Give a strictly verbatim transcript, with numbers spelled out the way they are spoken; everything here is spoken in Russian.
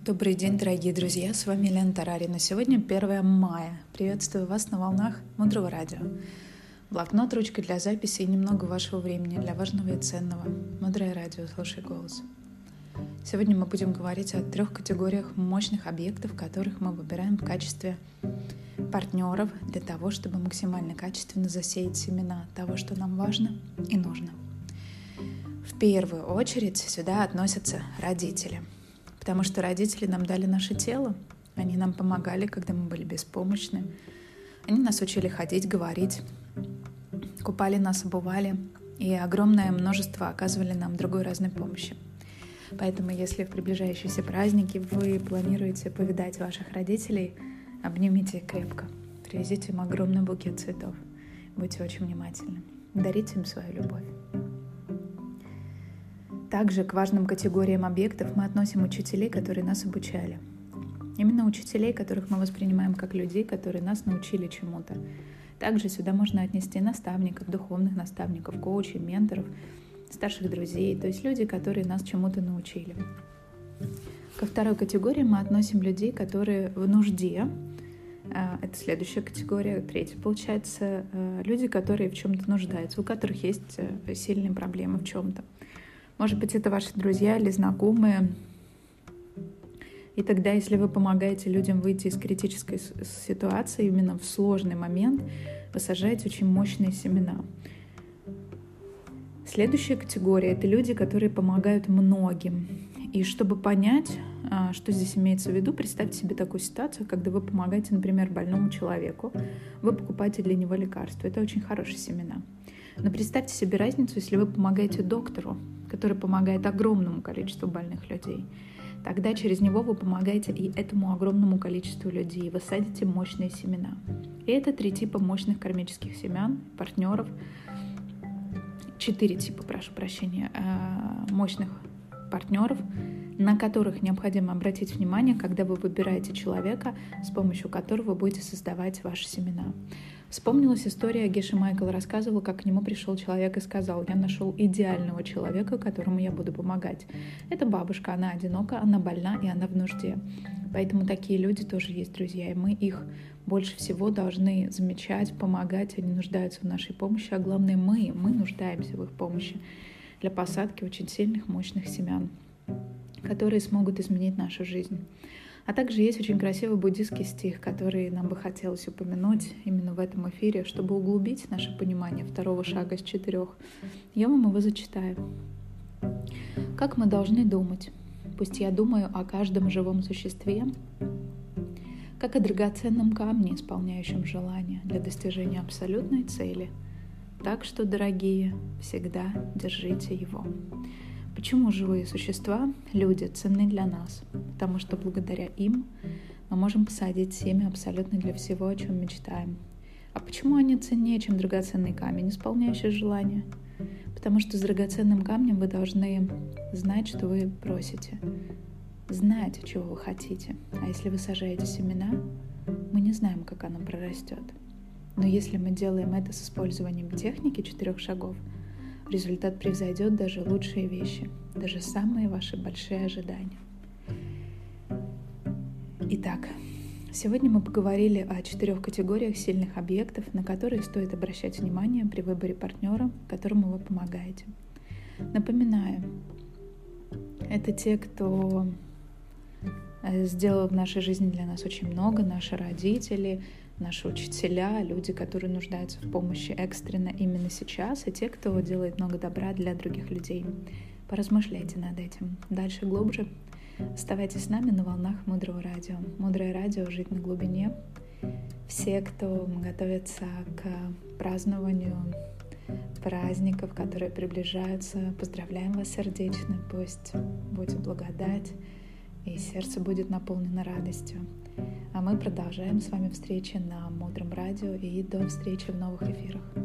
Добрый день, дорогие друзья, с вами Лена Тарарина. Сегодня первое мая. Приветствую вас на волнах Мудрого радио. Блокнот, ручка для записи и немного вашего времени для важного и ценного. Мудрое радио, слушай голос. Сегодня мы будем говорить о трех категориях мощных объектов, которых мы выбираем в качестве партнеров для того, чтобы максимально качественно засеять семена того, что нам важно и нужно. В первую очередь сюда относятся родители. Потому что родители нам дали наше тело, они нам помогали, когда мы были беспомощны. Они нас учили ходить, говорить, купали нас, обували и огромное множество оказывали нам другой разной помощи. Поэтому, если в приближающиеся праздники вы планируете повидать ваших родителей, обнимите их крепко, привезите им огромный букет цветов, будьте очень внимательны, дарите им свою любовь. Также к важным категориям объектов мы относим учителей, которые нас обучали. Именно учителей, которых мы воспринимаем как людей, которые нас научили чему-то. Также сюда можно отнести наставников, духовных наставников, коучей, менторов, старших друзей, то есть люди, которые нас чему-то научили. Ко второй категории мы относим людей, которые в нужде. Это следующая категория, третья получается. Люди, которые в чем-то нуждаются, у которых есть сильные проблемы в чем-то. Может быть, это ваши друзья или знакомые. И тогда, если вы помогаете людям выйти из критической ситуации именно в сложный момент, вы сажаете очень мощные семена. Следующая категория — это люди, которые помогают многим. И чтобы понять, что здесь имеется в виду, представьте себе такую ситуацию, когда вы помогаете, например, больному человеку, вы покупаете для него лекарства. Это очень хорошие семена. Но представьте себе разницу, если вы помогаете доктору, который помогает огромному количеству больных людей. Тогда через него вы помогаете и этому огромному количеству людей. Вы садите мощные семена. И это три типа мощных кармических семян, партнеров. Четыре типа, прошу прощения, мощных партнеров, на которых необходимо обратить внимание, когда вы выбираете человека, с помощью которого вы будете создавать ваши семена. Вспомнилась история, Геша Майкл рассказывал, как к нему пришел человек и сказал: «Я нашел идеального человека, которому я буду помогать». Это бабушка, она одинока, она больна и она в нужде. Поэтому такие люди тоже есть, друзья, и мы их больше всего должны замечать, помогать. Они нуждаются в нашей помощи, а главное мы, мы нуждаемся в их помощи для посадки очень сильных, мощных семян, которые смогут изменить нашу жизнь. А также есть очень красивый буддийский стих, который нам бы хотелось упомянуть именно в этом эфире, чтобы углубить наше понимание второго шага из четырех. Я вам его зачитаю. «Как мы должны думать? Пусть я думаю о каждом живом существе, как о драгоценном камне, исполняющем желание для достижения абсолютной цели. Так что, дорогие, всегда держите его». Почему живые существа, люди, ценны для нас? Потому что благодаря им мы можем посадить семя абсолютно для всего, о чем мечтаем. А почему они ценнее, чем драгоценный камень, исполняющий желание? Потому что с драгоценным камнем вы должны знать, что вы просите, знать, чего вы хотите. А если вы сажаете семена, мы не знаем, как оно прорастет. Но если мы делаем это с использованием техники четырех шагов, результат превзойдет даже лучшие вещи, даже самые ваши большие ожидания. Итак, сегодня мы поговорили о четырех категориях сильных объектов, на которые стоит обращать внимание при выборе партнера, которому вы помогаете. Напоминаю, это те, кто сделал в нашей жизни для нас очень много, наши родители, наши учителя, люди, которые нуждаются в помощи экстренно именно сейчас, и те, кто делает много добра для других людей. Поразмышляйте над этим. Дальше глубже. Оставайтесь с нами на волнах Мудрого радио. Мудрое радио «Жить на глубине». Все, кто готовится к празднованию праздников, которые приближаются, поздравляем вас сердечно. Пусть будет благодать, и сердце будет наполнено радостью. А мы продолжаем с вами встречи на Мудром радио, и до встречи в новых эфирах.